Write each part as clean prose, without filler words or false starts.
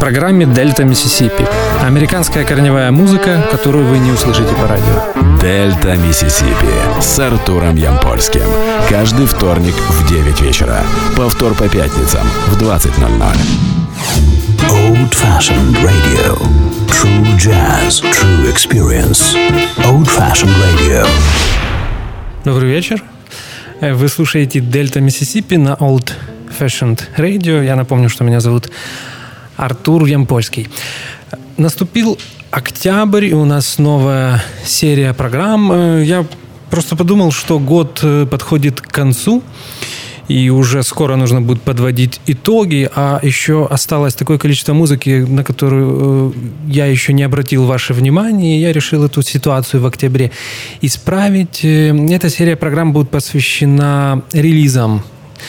программе «Дельта Миссисипи». Американская корневая музыка, которую вы не услышите по радио. «Дельта Миссисипи» с Артуром Ямпольским. Каждый вторник в 9 вечера. Повтор по пятницам в 20:00. Old Fashioned Radio. True jazz, true experience. Old Fashioned Radio. Добрый вечер. Вы слушаете «Дельта Миссисипи» на Old Fashioned Radio. Я напомню, что меня зовут Артур Ямпольский. Наступил октябрь, и у нас новая серия программ. Я просто подумал, что год подходит к концу, и уже скоро нужно будет подводить итоги, а еще осталось такое количество музыки, на которую я еще не обратил ваше внимание, и я решил эту ситуацию в октябре исправить. Эта серия программ будет посвящена релизам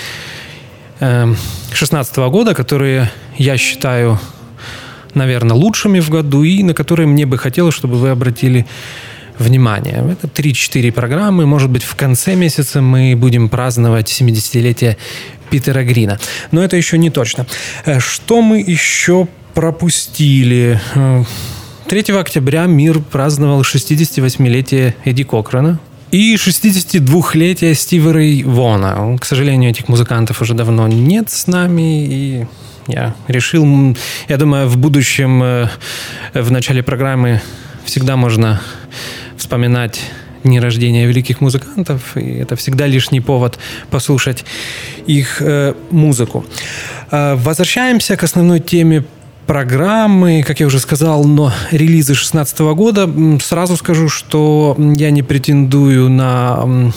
2016 года, которые я считаю, наверное, лучшими в году, и на которые мне бы хотелось, чтобы вы обратили внимание. Это 3-4 программы. Может быть, в конце месяца мы будем праздновать 70-летие Питера Грина. Но это еще не точно. Что мы еще пропустили? 3 октября мир праздновал 68-летие Эдди Кокрена и 62-летие Стива Рэй Вона. К сожалению, этих музыкантов уже давно нет с нами, и я решил, я думаю, в будущем, в начале программы всегда можно вспоминать дни рождения великих музыкантов, и это всегда лишний повод послушать их музыку. Возвращаемся к основной теме программы. Как я уже сказал, но релизы 2016 года. Сразу скажу, что я не претендую на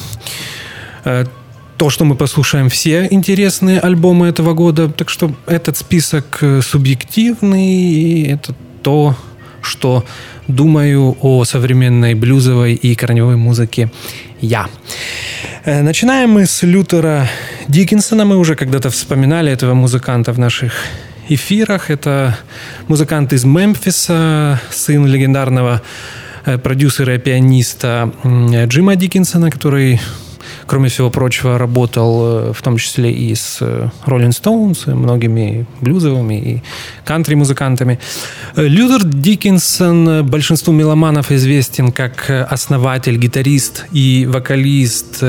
то, что мы послушаем все интересные альбомы этого года. Так что этот список субъективный, и это то, что думаю о современной блюзовой и корневой музыке я. Начинаем мы с Лютера Диккенсона. Мы уже когда-то вспоминали этого музыканта в наших эфирах. Это музыкант из Мемфиса, сын легендарного продюсера и пианиста Джима Диккенсона, который, кроме всего прочего, работал в том числе и с Rolling Stones, многими блюзовыми и кантри-музыкантами. Лютер Диккенсон большинству меломанов известен как основатель, гитарист и вокалист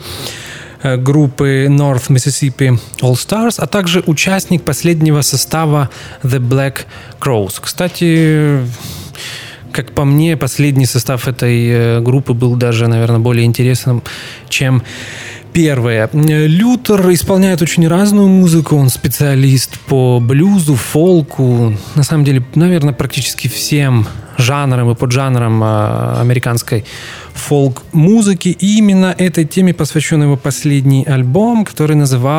группы North Mississippi All Stars, а также участник последнего состава The Black Crowes. Кстати, как по мне, последний состав этой группы был даже, наверное, более интересным, чем первые. Лютер исполняет очень разную музыку. Он специалист по блюзу, фолку. На самом деле, наверное, практически всем жанрам и поджанрам американской фолк-музыки. И именно этой теме посвящен его последний альбом, который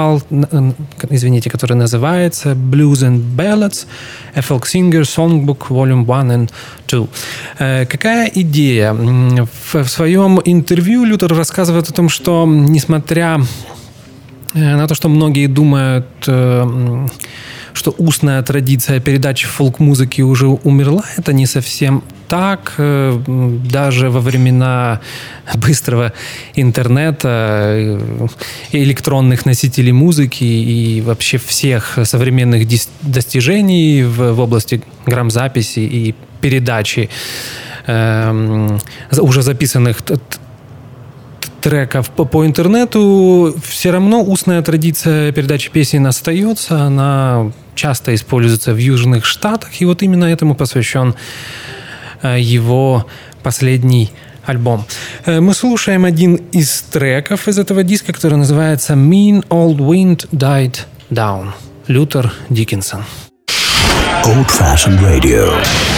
называется Blues and Ballads, A Folk Singer Songbook Volume 1 and 2. Какая идея? В своем интервью Лютер рассказывает о том, что, несмотря на то, что многие думают, что устная традиция передачи фолк-музыки уже умерла, это не совсем так. Даже во времена быстрого интернета, электронных носителей музыки и вообще всех современных достижений в области грамзаписи и передачи уже записанных треков по интернету, все равно устная традиция передачи песен остается. Она часто используется в Южных Штатах, и вот именно этому посвящен его последний альбом. Мы слушаем один из треков из этого диска, который называется Mean Old Wind Died Down. Лютер Диккенсон. Old Fashioned Radio.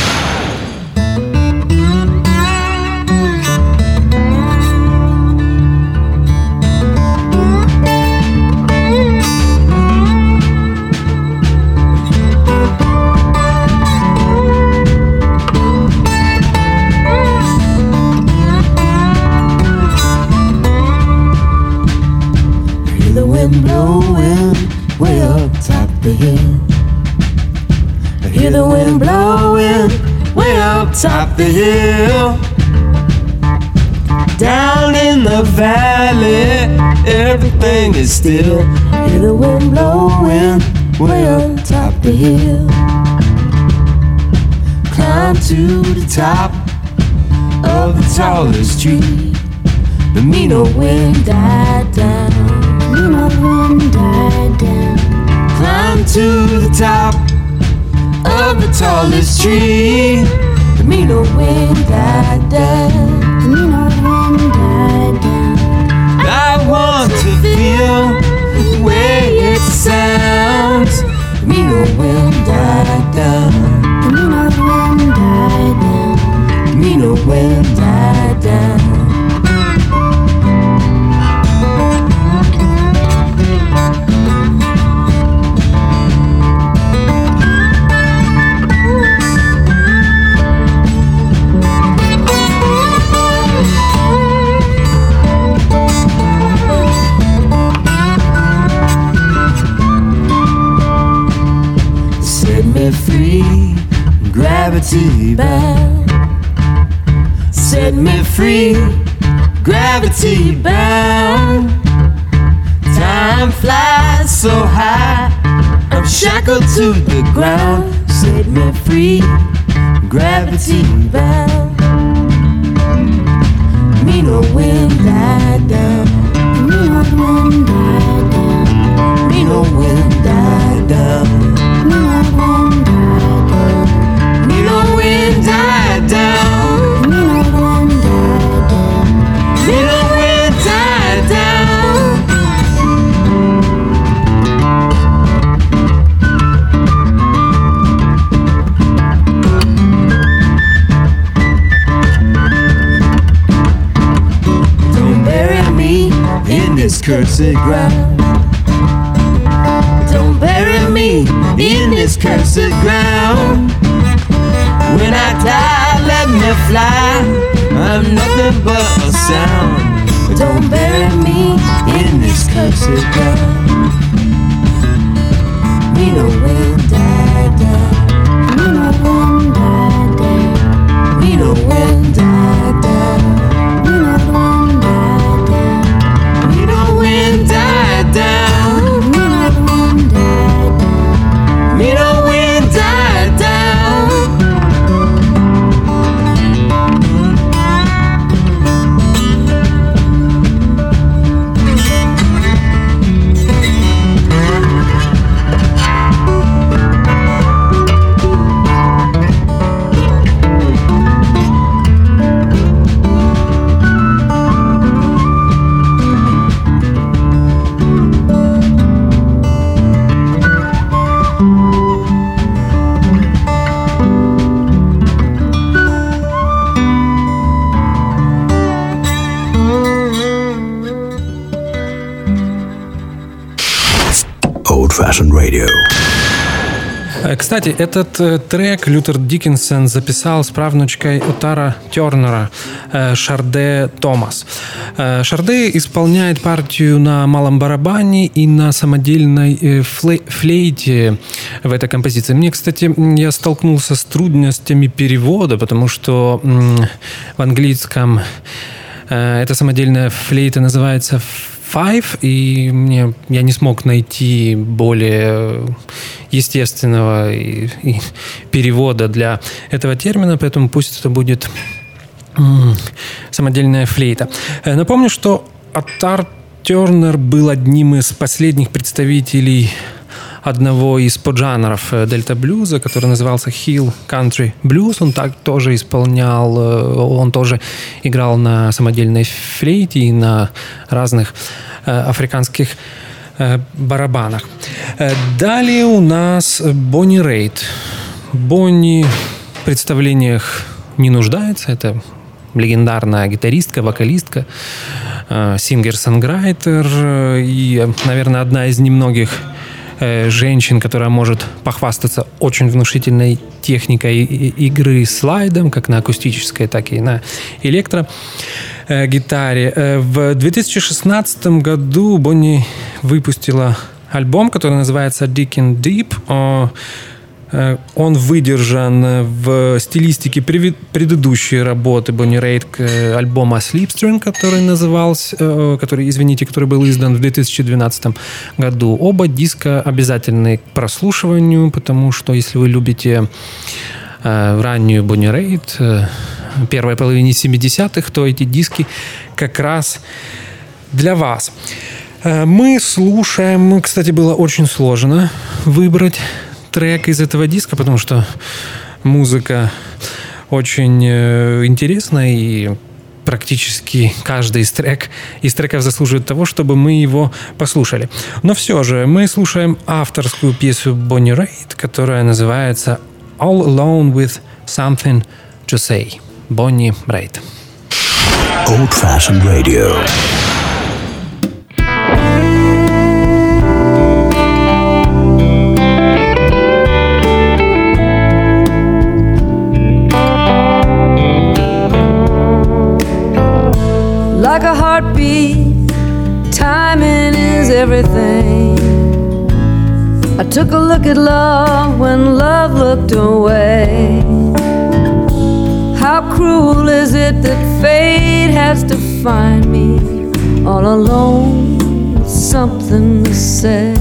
Blowing way up top the hill. I hear the wind blowing way up top the hill. Down in the valley, everything is still. I hear the wind blowing way up top the hill. climb to the top of the tallest tree. The mean old wind died down. The mean old wind died down. Climb to the top of the tallest tree. The mean old wind died down. The mean old wind died down. I want to feel the way it sounds. The mean old wind died down. The mean old wind died down. The mean old wind died down. Free, gravity bound. Set me free, gravity bound. Time flies so high, I'm shackled to the ground. Set me free, gravity bound. Me no wind died down. Me no wind died down. Me no wind died down. Me no wind died down. Me no wind died down. Me no wind died down. Me no wind died down. Don't bury me in this cursed ground. Don't bury me in this cursed ground. When I die, let me fly. I'm nothing but a sound. Don't bury me in this cursed ground. Me no wind died down. Me no wind died down. Me no wind died down. Me no wind died down. Me no wind died down. Me no wind died down. Me no wind died down. Old-fashioned radio. Кстати, этот трек Лютер Диккенсон записал с правнучкой Отара Тернера, Шарде Томас. Шарде исполняет партию на малом барабане и на самодельной флейте в этой композиции. Мне, кстати, я столкнулся с трудностями перевода, потому что в английском эта самодельная флейта называется Five, и я не смог найти более естественного перевода для этого термина, поэтому пусть это будет самодельная флейта. Напомню, что Отар Тернер был одним из последних представителей одного из поджанров дельта-блюза, который назывался Hill Country Blues. Он так тоже исполнял, он тоже играл на самодельной флейте и на разных африканских барабанах. Далее у нас Бонни Рейд. Бонни в представлениях не нуждается. Это легендарная гитаристка, вокалистка, сингер-сонграйтер и, наверное, одна из немногих женщин, которая может похвастаться очень внушительной техникой игры слайдом, как на акустической, так и на электрогитаре. В 2016 году Бонни выпустила альбом, который называется Dick and Deep. Он выдержан в стилистике предыдущей работы Бонни Рейд, альбома Slipstream, который был издан в 2012 году. Оба диска обязательны к прослушиванию, потому что если вы любите раннюю Бонни Рейд, первой половине 70-х, то эти диски как раз для вас. Мы слушаем, кстати, было очень сложно выбрать трек из этого диска, потому что музыка очень интересная, и практически каждый из треков заслуживает того, чтобы мы его послушали. Но все же мы слушаем авторскую песню Бонни Рейд, которая называется «All Alone with Something to Say». Бонни Рейд. Old Fashioned Radio. Like a heartbeat, timing is everything. I took a look at love when love looked away. How cruel is it that fate has to find me all alone with something to say?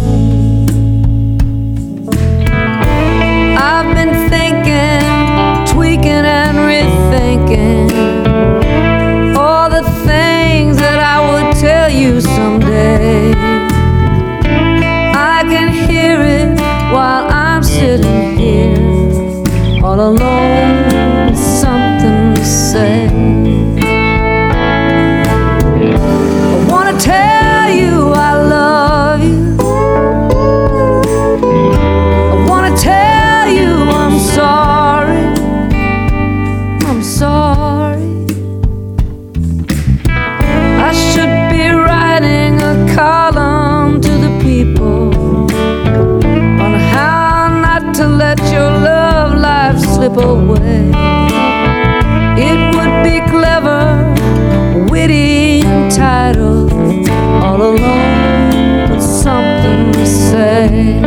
I've been thinking, tweaking and rethinking all the things that I would tell you someday. I can hear it while I'm sitting here all alone with something to say. I wanna tell you I love you. I wanna tell you I'm sorry. I'm sorry. I should be writing a column to the people on how not to let your love life slip away. It would be clever, witty, entitled, all alone with something to say.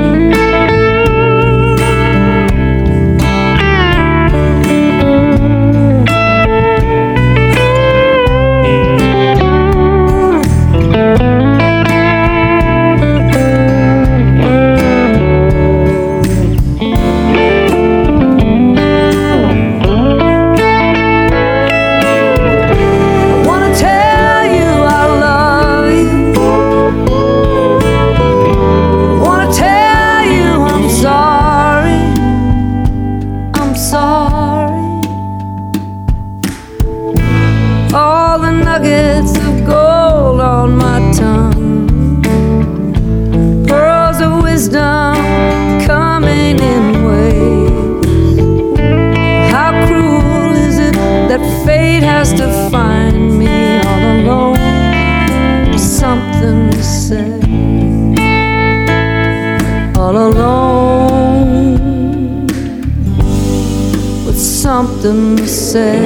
Something to say.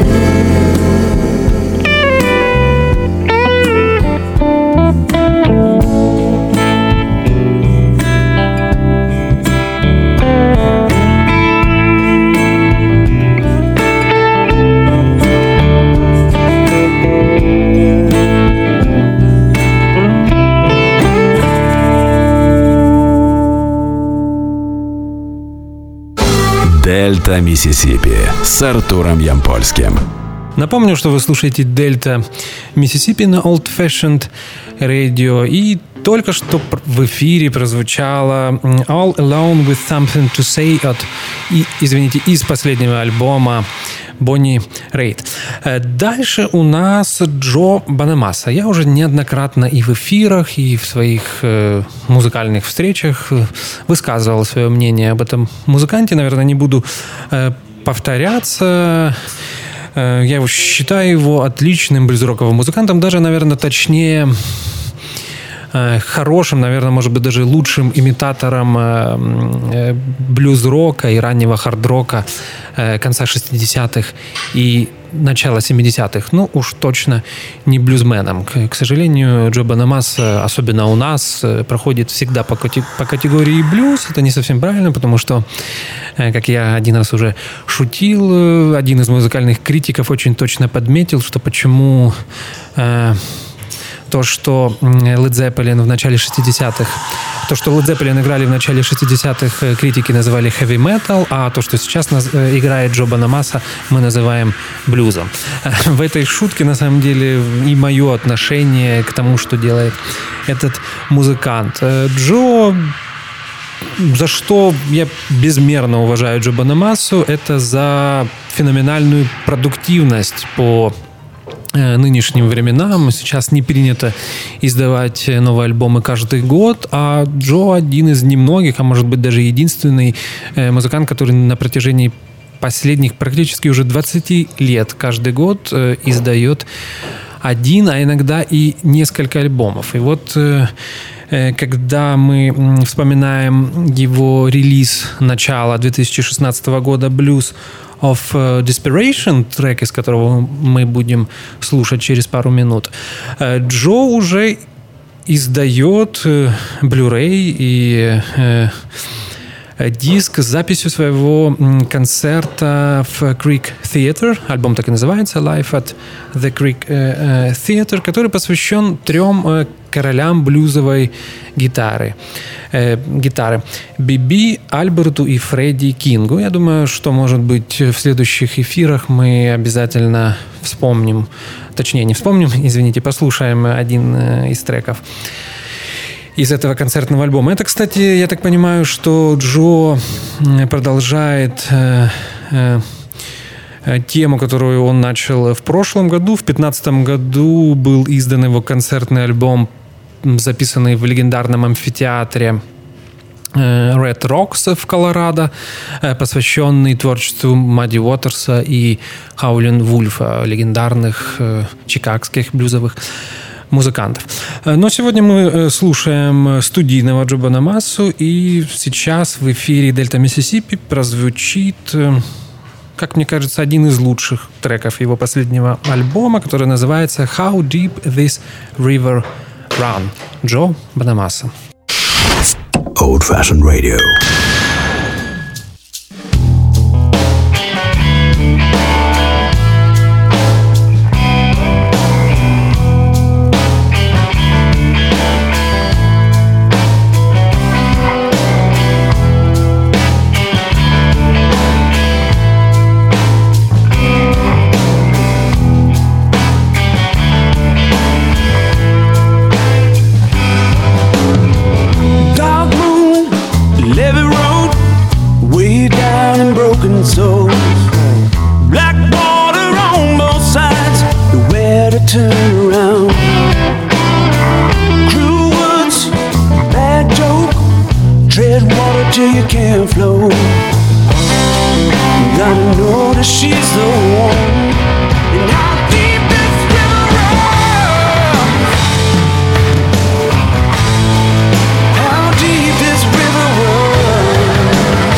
Дельта Миссисипи с Артуром Ямпольским. Напомню, что вы слушаете Дельта Миссисипи на Old Fashioned Radio, и только что в эфире прозвучало All Alone with Something to Say из последнего альбома Бонни Рейд. Дальше у нас Джо Бонамасса. Я уже неоднократно и в эфирах, и в своих музыкальных встречах высказывал свое мнение об этом музыканте. Наверное, не буду повторяться. Я считаю его отличным блюз-роковым музыкантом, даже, наверное, точнее, хорошим, наверное, может быть, даже лучшим имитатором блюз-рока и раннего хард-рока конца 60-х и начала 70-х. Ну, уж точно не блюзменом. К сожалению, Джо Бонамасса, особенно у нас, проходит всегда по категории блюз. Это не совсем правильно, потому что, как я один раз уже шутил, один из музыкальных критиков очень точно подметил, что почему то, что Led Zeppelin в начале 60-х То, что Led Zeppelin играли в начале 60-х, критики называли heavy metal, а то, что сейчас играет Джо Бонамасса, мы называем блюзом. В этой шутке, на самом деле, и мое отношение к тому, что делает этот музыкант. Джо... За что я безмерно уважаю Джо Бонамассу, это за феноменальную продуктивность по нынешним временам. Сейчас не принято издавать новые альбомы каждый год, а Джо один из немногих, а может быть даже единственный музыкант, который на протяжении последних практически уже 20 лет каждый год издает один, а иногда и несколько альбомов. И вот когда мы вспоминаем его релиз начала 2016 года «Blues of Desperation», трек, из которого мы будем слушать через пару минут, Джо уже издает Blu-ray и диск с записью своего концерта в Creek Theatre. Альбом так и называется «Live at the Creek Theatre», который посвящен 3 королям блюзовой гитары Биби, Альберту и Фредди Кингу. Я думаю, что, может быть, в следующих эфирах мы обязательно вспомним, точнее, не вспомним, извините, послушаем один из треков из этого концертного альбома. Это, кстати, я так понимаю, что Джо продолжает тему, которую он начал в прошлом году. В 2015 году был издан его концертный альбом, записанный в легендарном амфитеатре Red Rocks в Колорадо, посвященный творчеству Мадди Уотерса и Хаулин Вульфа, легендарных чикагских блюзовых музыкантов. Но сегодня мы слушаем студийного Джо Бонамассу, и сейчас в эфире Дельта Миссисипи прозвучит, как мне кажется, один из лучших треков его последнего альбома, который называется «How Deep This River Run». Джо Бонамасса. Old Fashioned Radio. Till you can't flow. Gotta know that she's the one. And how deep this river runs. How deep this river runs.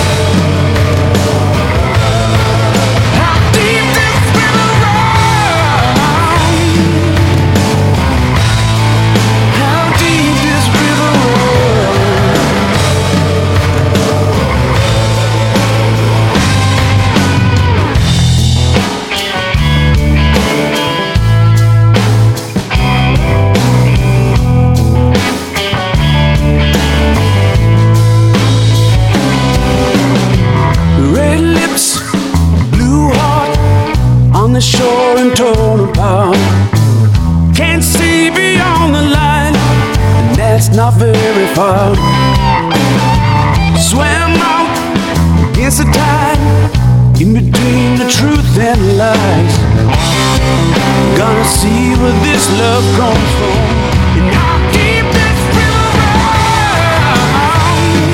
How deep this river runs. How deep this river runs. The shore and torn apart. Can't see beyond the line, and that's not very far. Swam out against the tide, in between the truth and lies. Gonna see where this love comes from, and I'll keep this river running.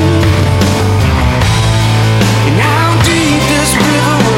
And how deep this river runs.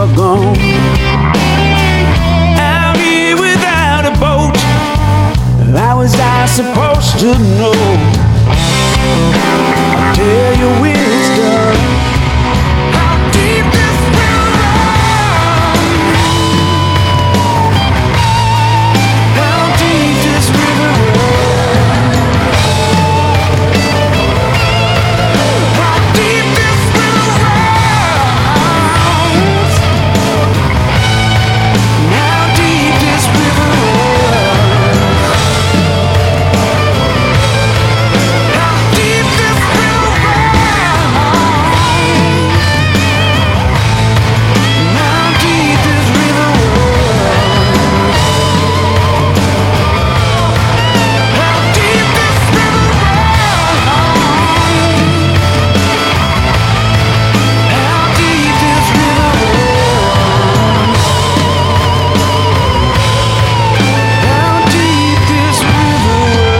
are gone. Out here without a boat, how was I supposed to know? I'll tell you when it's done. How deep this will run. How deep this river runs. How deep this river runs. How deep this river runs. How deep this river runs. How deep this river runs. How deep this river runs. How deep this river runs. How deep this river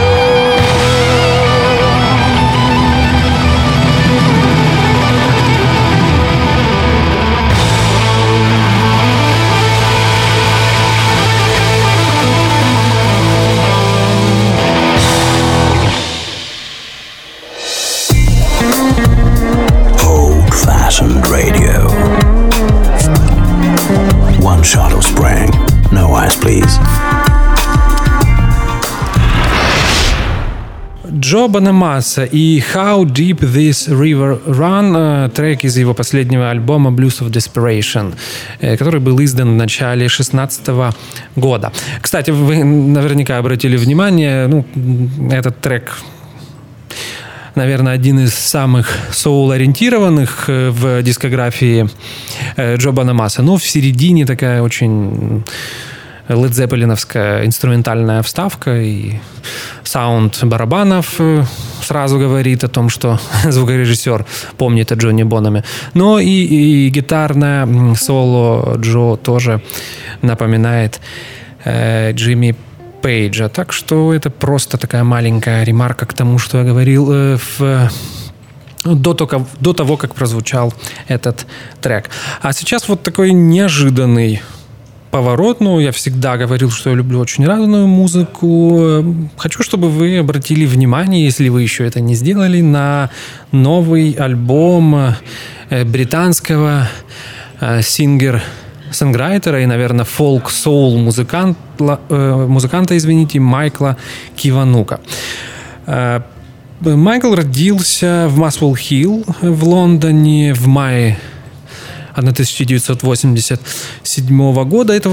Old-fashioned radio. One shot of spring. No ice, please. Джо Бонамасса и How Deep This River Run, трек из его последнего альбома Blues of Desperation, который был издан в начале 2016 года. Кстати, вы наверняка обратили внимание, этот трек, наверное, один из самых соул-ориентированных в дискографии Джо Бонамасса. Но в середине такая очень лед-зеппелиновская инструментальная вставка, и саунд барабанов сразу говорит о том, что звукорежиссер помнит о Джонни Бонаме. Но и гитарное соло Джо тоже напоминает Джимми Пейджа. Так что это просто такая маленькая ремарка к тому, что я говорил до того, как прозвучал этот трек. А сейчас вот такой неожиданный поворот. Я всегда говорил, что я люблю очень разную музыку. Хочу, чтобы вы обратили внимание, если вы еще это не сделали, на новый альбом британского сингер-сонграйтера и, наверное, фолк-соул музыканта, Майкла Киванука. Майкл родился в Масвелл-Хилл в Лондоне в мае 1987 года. Это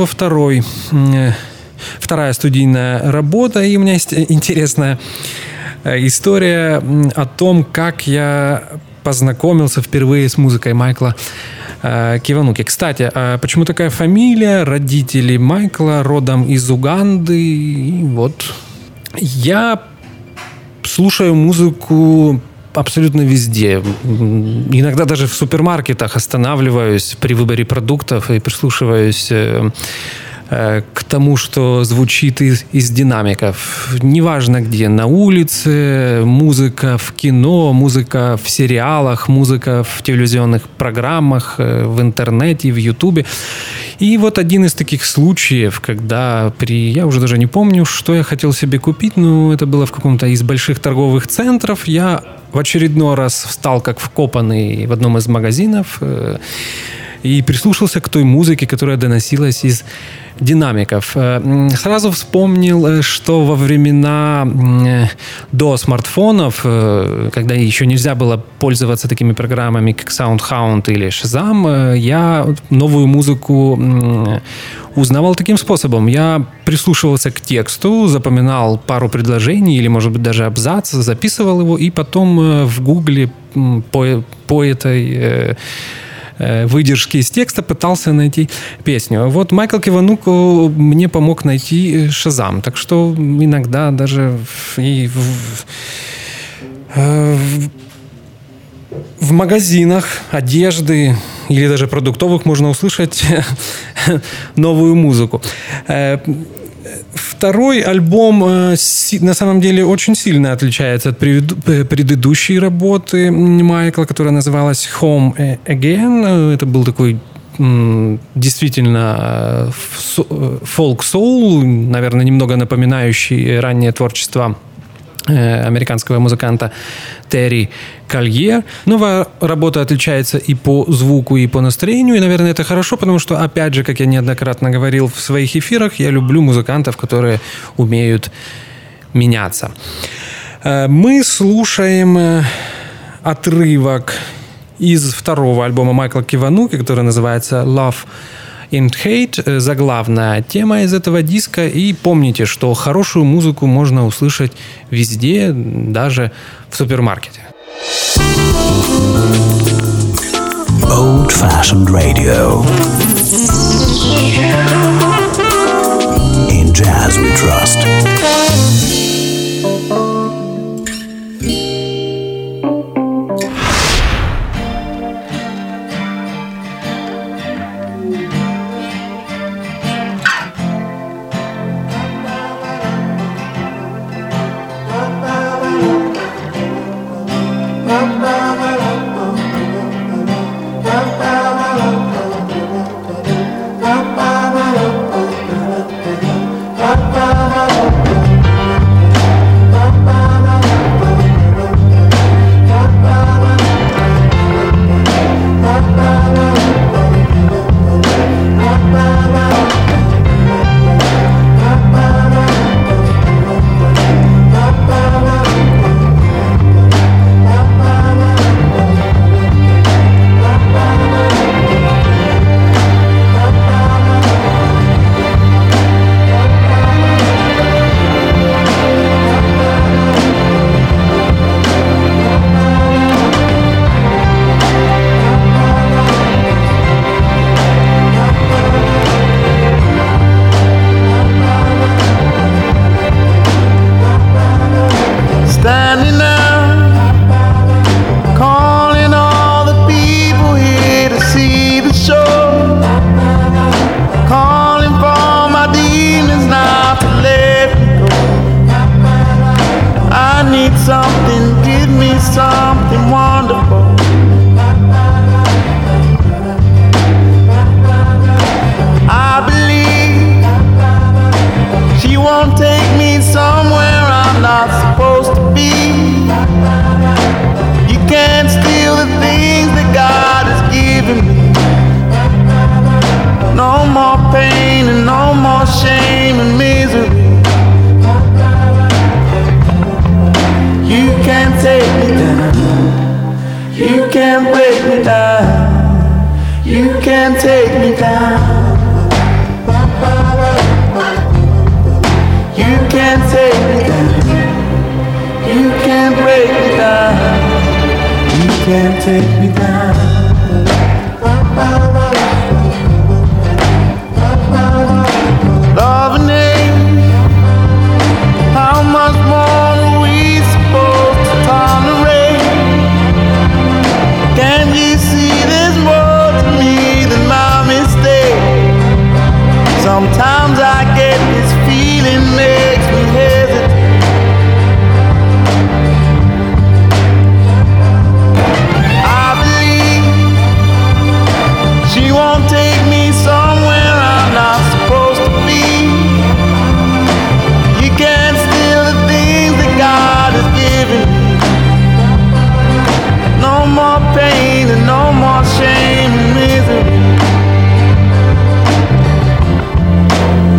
вторая студийная работа. И у меня есть интересная история о том, как я познакомился впервые с музыкой Майкла Кивануки. Кстати, почему такая фамилия? Родители Майкла родом из Уганды. И вот я слушаю музыку абсолютно везде. Иногда даже в супермаркетах останавливаюсь при выборе продуктов и прислушиваюсь к тому, что звучит из динамиков. Неважно где. На улице, музыка в кино, музыка в сериалах, музыка в телевизионных программах, в интернете, в Ютубе. И вот один из таких случаев, когда я уже даже не помню, что я хотел себе купить, но это было в каком-то из больших торговых центров. Я в очередной раз встал как вкопанный в одном из магазинов и прислушался к той музыке, которая доносилась из динамиков. Сразу вспомнил, что во времена до смартфонов, когда еще нельзя было пользоваться такими программами, как SoundHound или Shazam, я новую музыку узнавал таким способом. Я прислушивался к тексту, запоминал пару предложений или, может быть, даже абзац, записывал его и потом в Гугле по этой выдержки из текста пытался найти песню. Вот Майкл Киванука мне помог найти Shazam. Так что иногда даже в магазинах одежды или даже продуктовых можно услышать новую музыку. Второй альбом на самом деле очень сильно отличается от предыдущей работы Майкла, которая называлась Home Again. Это был такой действительно фолк-соул, наверное, немного напоминающий раннее творчество американского музыканта Терри Колье. Новая работа отличается и по звуку, и по настроению, и, наверное, это хорошо, потому что, опять же, как я неоднократно говорил в своих эфирах, я люблю музыкантов, которые умеют меняться. Мы слушаем отрывок из второго альбома Майкла Кивануки, который называется «Love and Hate», заглавная тема из этого диска. И помните, что хорошую музыку можно услышать везде, даже в супермаркете. Old-fashioned radio. In jazz we trust. Sometimes I get this feeling makes me hesitate. I believe she won't take me somewhere I'm not supposed to be. You can't steal the things that God has given me. No more pain and no more shame and misery.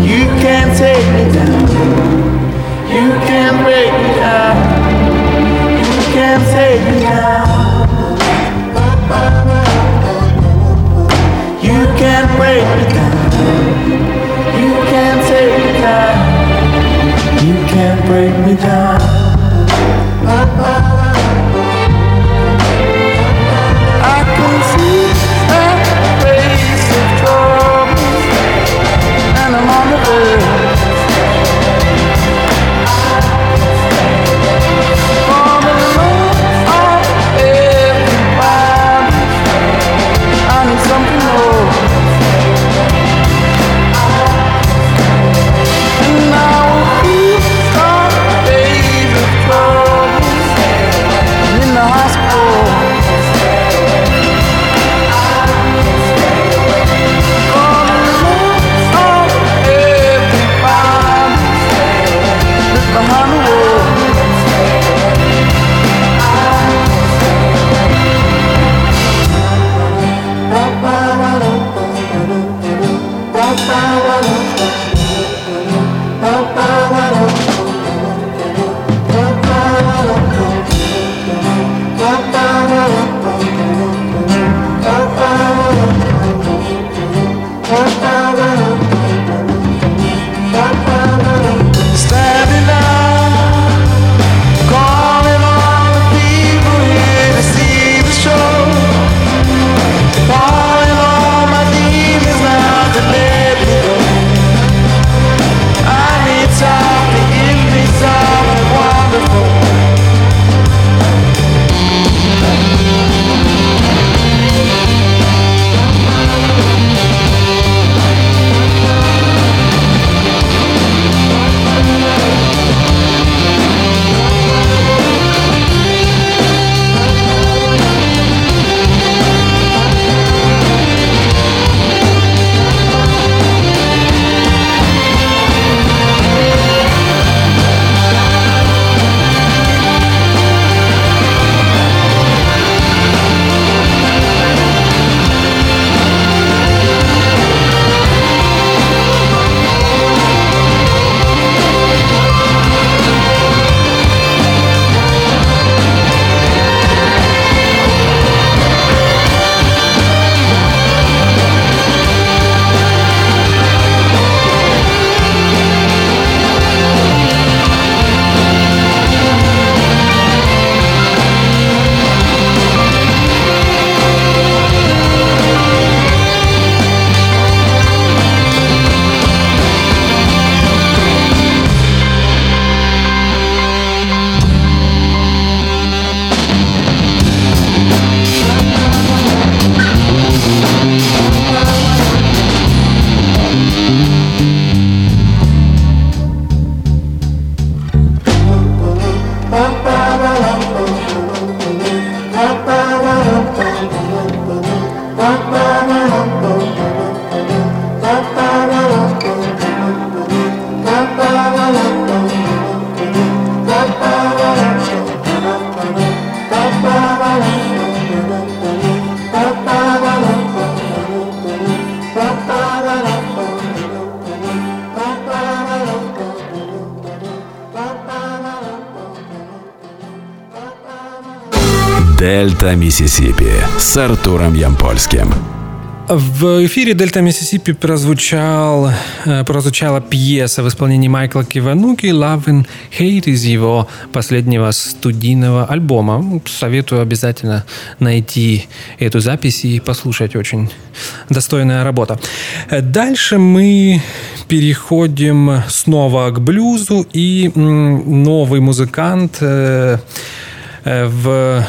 «Дельта Миссисипи» с Артуром Ямпольским. В эфире «Дельта Миссисипи» прозвучала пьеса в исполнении Майкла Кивануки «Love and Hate» из его последнего студийного альбома. Советую обязательно найти эту запись и послушать. Очень достойная работа. Дальше мы переходим снова к блюзу, и новый музыкант в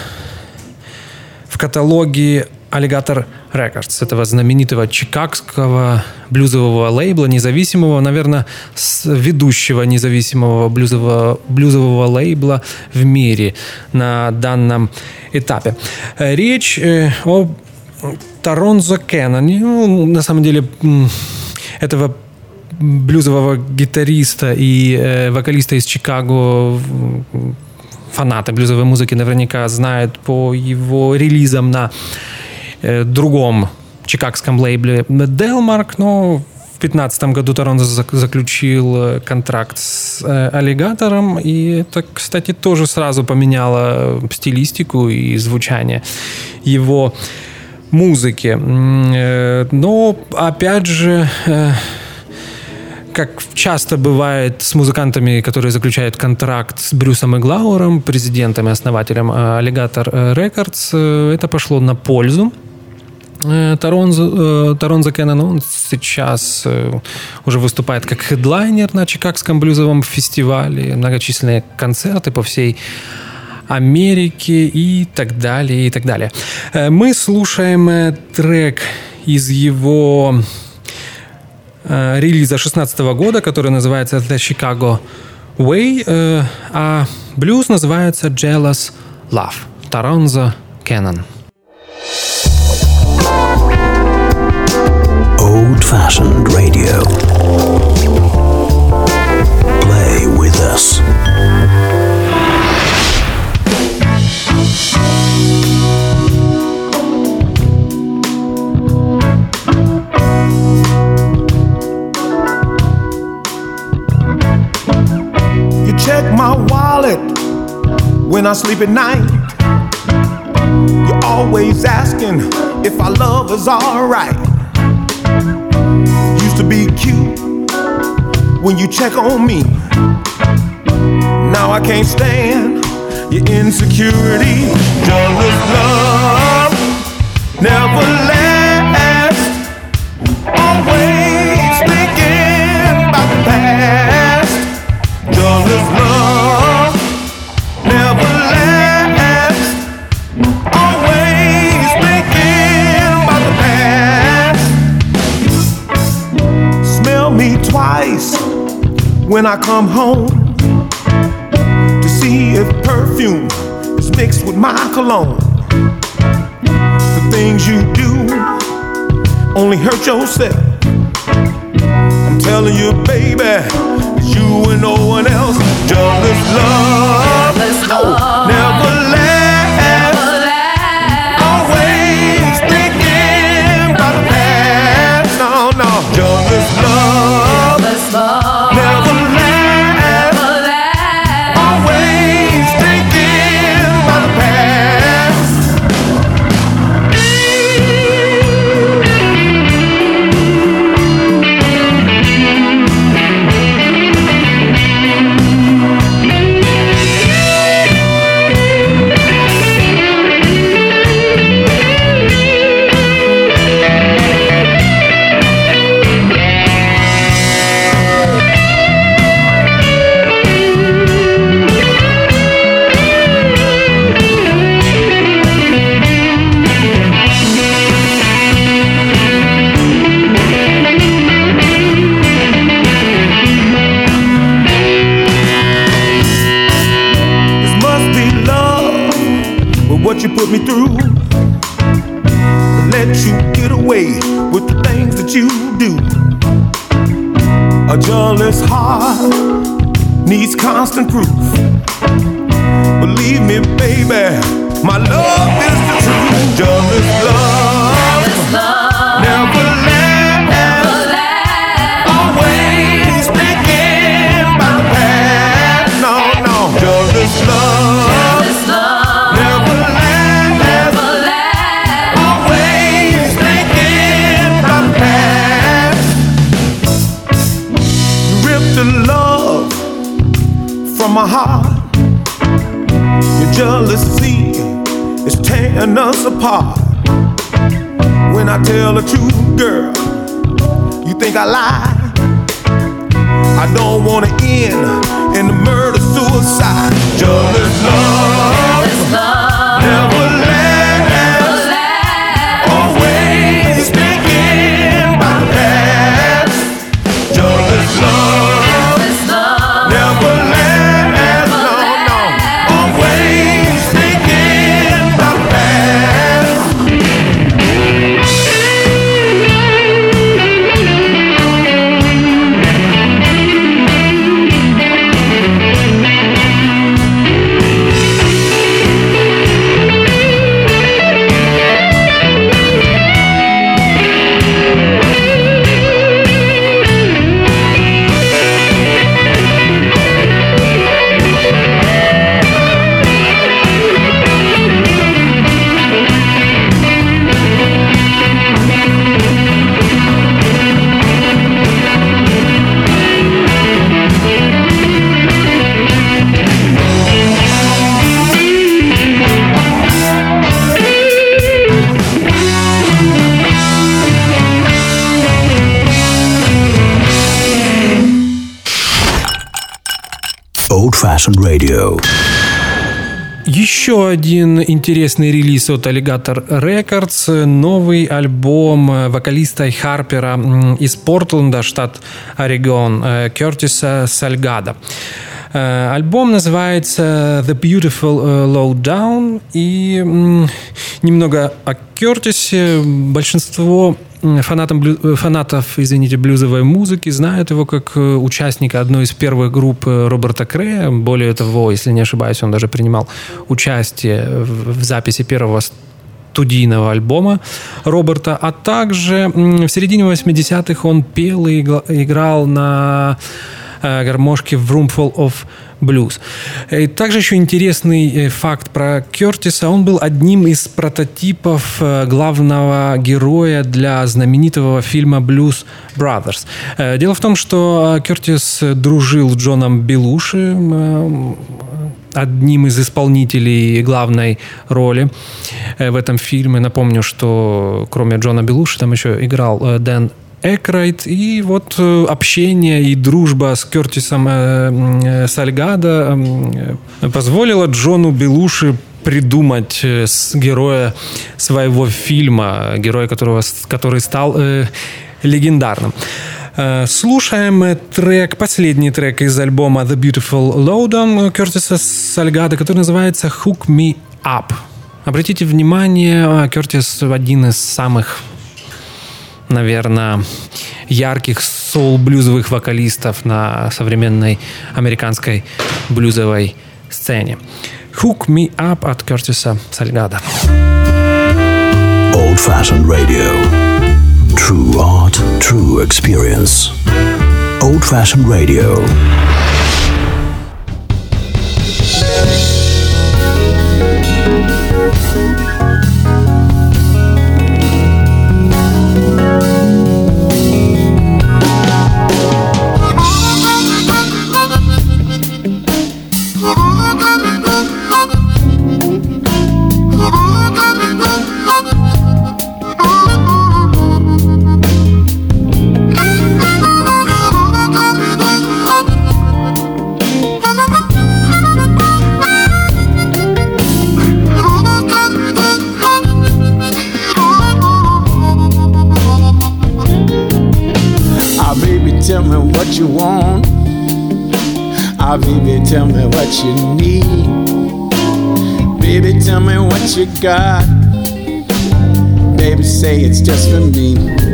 каталоге Alligator Records, этого знаменитого чикагского блюзового лейбла, независимого, наверное, ведущего независимого блюзового лейбла в мире на данном этапе. Речь о Торонзо Кенноне. На самом деле, этого блюзового гитариста и вокалиста из Чикаго фанаты блюзовой музыки наверняка знают по его релизам на другом чикагском лейбле Delmark, но в 2015 году Торонзо заключил контракт с Аллигатором, и это, кстати, тоже сразу поменяло стилистику и звучание его музыки. Но, опять же, как часто бывает с музыкантами, которые заключают контракт с Брюсом Иглауэром, президентом и основателем Alligator Records, это пошло на пользу Торонзо Кеннону. Он сейчас уже выступает как хедлайнер на Чикагском блюзовом фестивале, многочисленные концерты по всей Америке и так далее, и так далее. Мы слушаем трек из его релиза 2016 года, который называется The Chicago Way, а блюз называется Jealous Love. Торонзо Кеннон. Old-fashioned radio. Play with us. You check my wallet when I sleep at night. You're always asking if our love is alright. Used to be cute when you check on me. Now I can't stand your insecurity. Jealous love never lasts. Always thinking about the past. Jealous love never lasts. Always thinking about the past. Smell me twice when I come home to see if perfume is mixed with my cologne. The things you do only hurt yourself. I'm telling you, baby, it's you and no one else. Jealous love, never lasts. Always thinking about the past. No, no, jealous love, never lasts. Always thinking about the past. What you put me through, let you get away with the things that you do. A jealous heart needs constant proof. Believe me, baby, my love is the truth. Jealous love, never lasts. Always thinking about the past. No, no, jealous love. Never lasts. my heart. Your jealousy is tearing us apart. When I tell the truth, girl, you think I lie. I don't wanna end in the murder-suicide. Jealous love, never last. Always thinking about the past. Jealous love, never last. No. Always thinking about the past. Old-fashioned radio. Еще один интересный релиз от Alligator Records. Новый альбом вокалиста Харпера из Портленда, штат Орегон, Кертиса Сальгадо. Альбом называется The Beautiful Lowdown. И немного о Кертисе. Большинство фанатов, блюзовой музыки знают его как участника одной из первых групп Роберта Крея. Более того, если не ошибаюсь, он даже принимал участие в записи первого студийного альбома Роберта. А также в середине 80-х он пел и играл на гармошке в Roomful of Blues. И также еще интересный факт про Кертиса. Он был одним из прототипов главного героя для знаменитого фильма Blues Brothers. Дело в том, что Кертис дружил с Джоном Белуши, одним из исполнителей главной роли в этом фильме. Напомню, что кроме Джона Белуши там еще играл Дэн Экрайт. И вот общение и дружба с Кертисом Сальгадо позволило Джону Белуши придумать героя своего фильма, героя, который стал легендарным. Слушаем последний трек из альбома The Beautiful Lowdown Кертиса Сальгадо, который называется Hook Me Up. Обратите внимание, Кертис один из самых, наверное, ярких соул-блюзовых вокалистов на современной американской блюзовой сцене. Hook Me Up от Кертиса Сальгадо. Old-fashioned radio. True art, true experience. Old-fashioned radio. Tell me what you want. Baby, tell me what you need. Baby, tell me what you got. Baby, say it's just for me.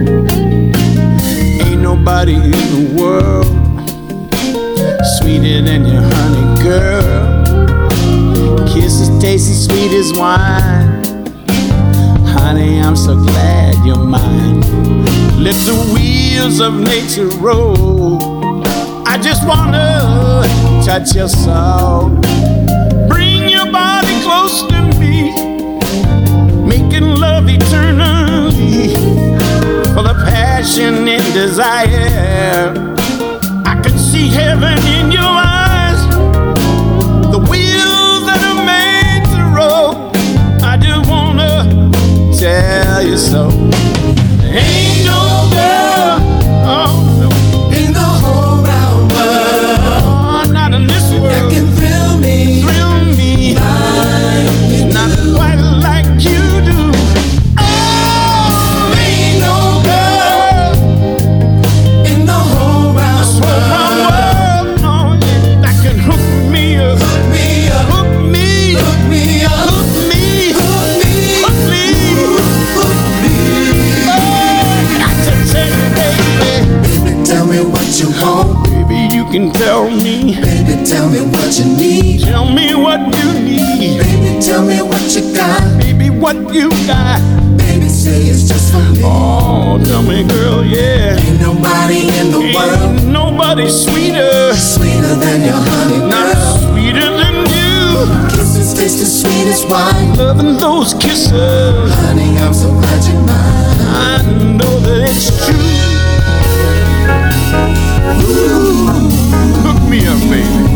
Ain't nobody in the world sweeter than your honey, girl. Kisses taste as sweet as wine. Honey, I'm so glad you're mine. Let the wheels of nature roll. I just wanna touch your soul. Bring your body close to me, making love eternally, full of passion and desire. I could see heaven in your eyes. so. Ain't no girl, oh no, in the whole round world, oh, not in this world, that can thrill me, not quite like you do. Oh, ain't no girl in the whole round world, no, that can hook me up, hook me up, hook me, hook me up, hook me, hook me, hook me, hook me. oh, got to tell you, baby, Baby, tell me what you want. baby, you can tell me, Baby, tell me what you need. tell me what you need, Baby, tell me what you got. baby, what you got. Baby, say it's just for me. Oh, tell me, girl, yeah. Ain't nobody in the world Ain't nobody sweeter, sweeter than your honey, not girl. sweeter than you. Kisses taste as sweet as wine. Loving those kisses, Honey, I'm so glad you're mine. I know that it's true. Ooh, hook me up, baby.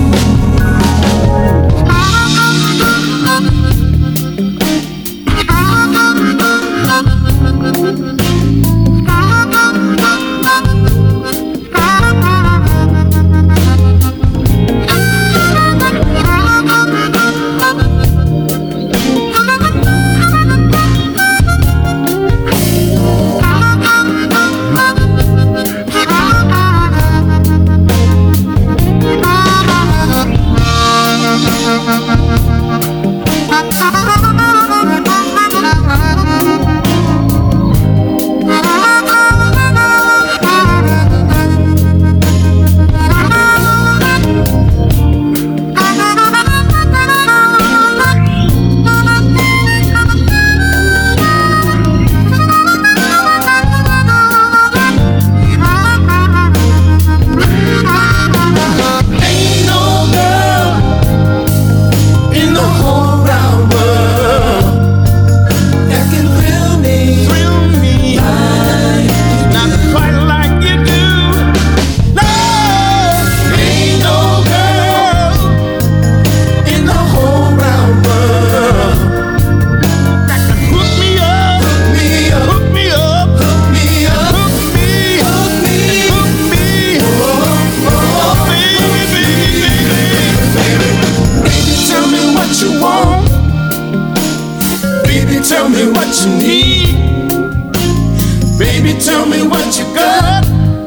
Tell me what you need. Baby, tell me what you got.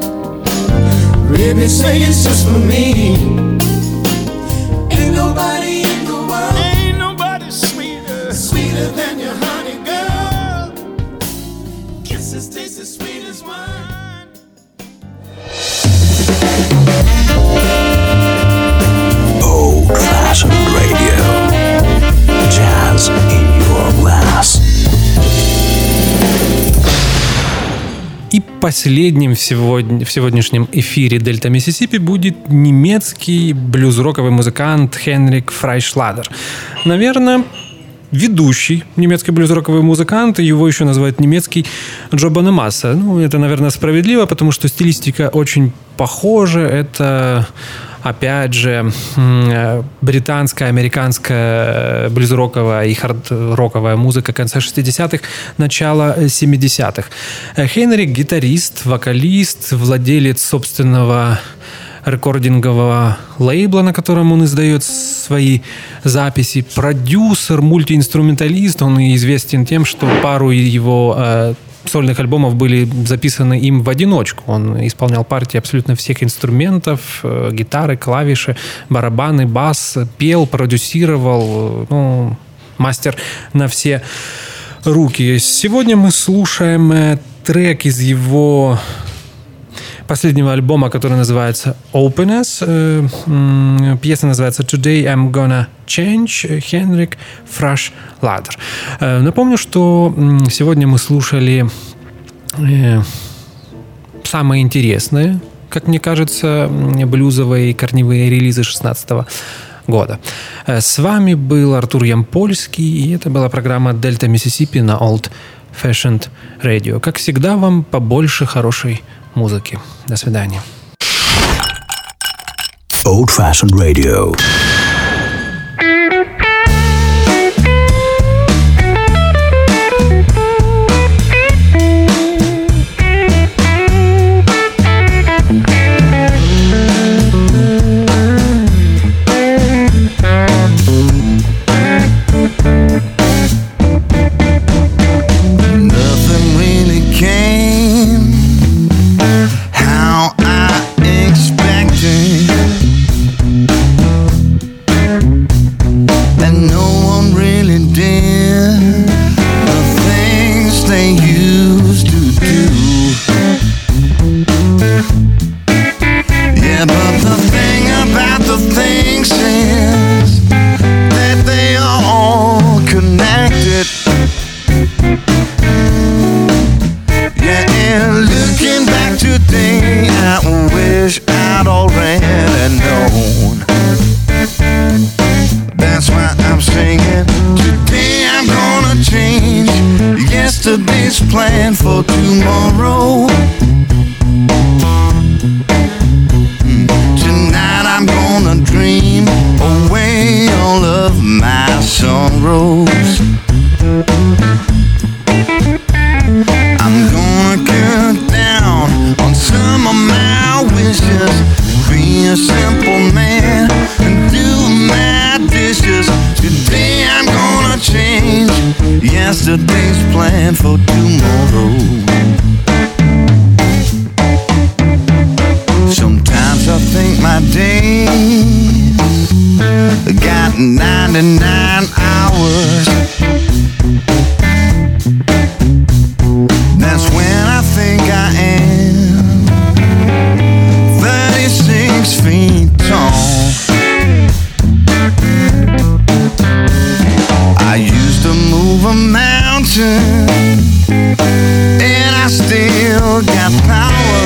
Baby, say it's just for me. Ain't nobody in the world, Ain't nobody sweeter, sweeter than your honey, girl. Kisses taste as sweet as wine. Old-fashioned radio. Jazz in your glass. И последним в сегодняшнем эфире «Дельта Миссисипи» будет немецкий блюз-роковый музыкант Хенрик Фрайшладер. Наверное, ведущий немецкий блюз-роковый музыкант, его еще называют немецкий Джо Бонамасса. Ну, это, наверное, справедливо, потому что стилистика очень похожа. Это, опять же, британская, американская блюз-роковая и хард-роковая музыка конца 60-х, начала 70-х. Хенрик – гитарист, вокалист, владелец собственного рекордингового лейбла, на котором он издает свои записи, продюсер, мультиинструменталист. Он известен тем, что пару его сольных альбомов были записаны им в одиночку. Он исполнял партии абсолютно всех инструментов, гитары, клавиши, барабаны, бас, пел, продюсировал, ну, мастер на все руки. Сегодня мы слушаем трек из его последнего альбома, который называется Openness. Пьеса называется Today I'm Gonna Change. Хенрик Фрайшладер. Напомню, что сегодня мы слушали самые интересные, как мне кажется, блюзовые корневые релизы 2016 года. С вами был Артур Ямпольский, и это была программа «Дельта Миссисипи» на Old Fashioned Radio. Как всегда, вам побольше хорошей музыки. До свидания. Old Fashioned Radio. Yesterday's plan for tomorrow. Tonight I'm gonna dream away all of my sorrows. I'm gonna cut down on some of my wishes, be a simple man and do my dishes. Today I'm gonna change yesterday's plan for tomorrow. Sometimes I think my days got 99 hours. That's when I think I am 36 feet tall. I used to move a mountain, and I still got power.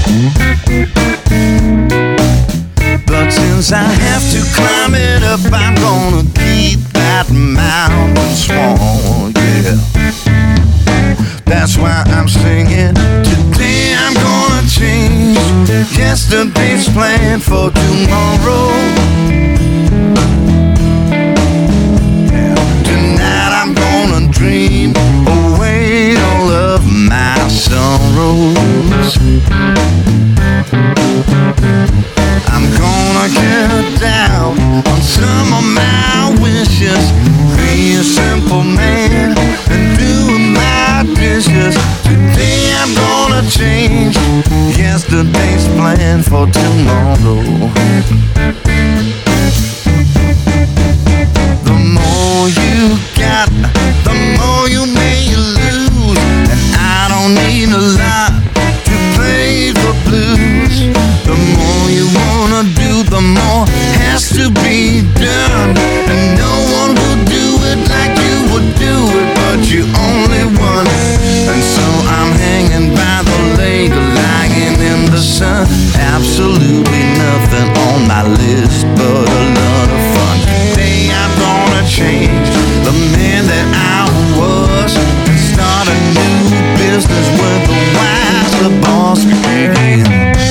But since I have to climb it up, I'm gonna keep that mountain small, yeah. That's why I'm singing. Today I'm gonna change yesterday's plan for tomorrow. Yeah. Tonight I'm gonna dream away all of my sorrows. I'm gonna get down on some of my wishes, be a simple man and do my dishes. Today I'm gonna change yesterday's plan for tomorrow. The more you got, the more you may lose, and I don't need a lot to play the blues. The more you wanna do, the more has to be done, and no one will do it like you would do it, but you only one. And so I'm hanging by the lake, lying in the sun. Absolutely nothing on my list but a lot of fun. Today I'm gonna change the man that I was and start a new business with a wiser boss again.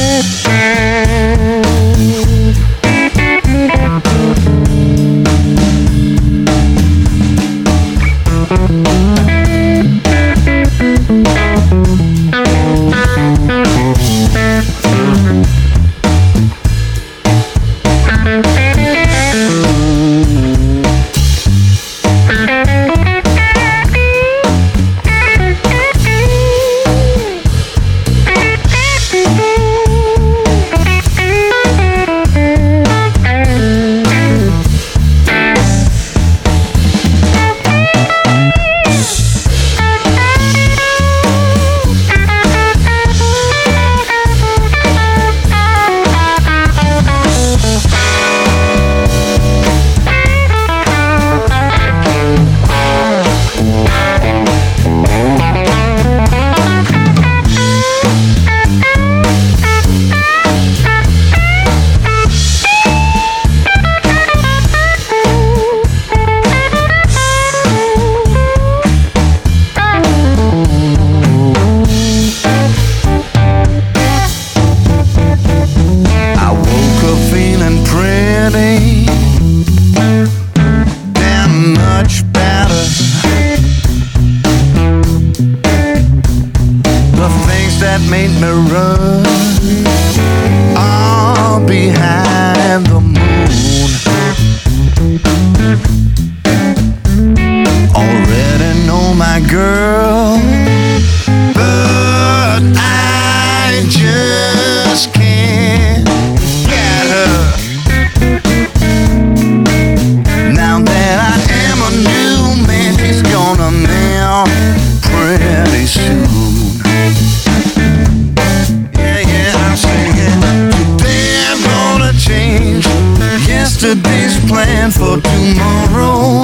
Yesterday's plan for tomorrow.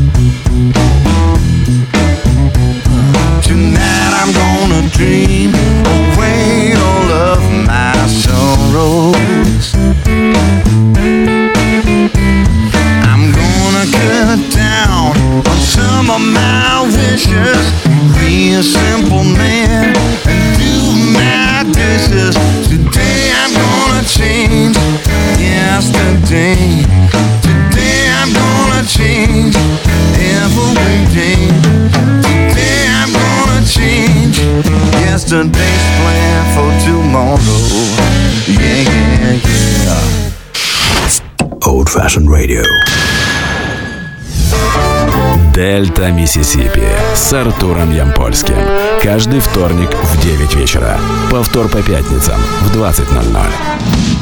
Tonight I'm gonna dream away all of my sorrows. I'm gonna cut down on some of my wishes, be a waiting. Today I'm gonna change everything. Today I'm gonna change yesterday's plan for tomorrow. Yeah, yeah, yeah. Old Fashioned Radio. Дельта Миссисипи с Артуром Ямпольским. Каждый вторник в 9 вечера. Повтор по пятницам в 20:00.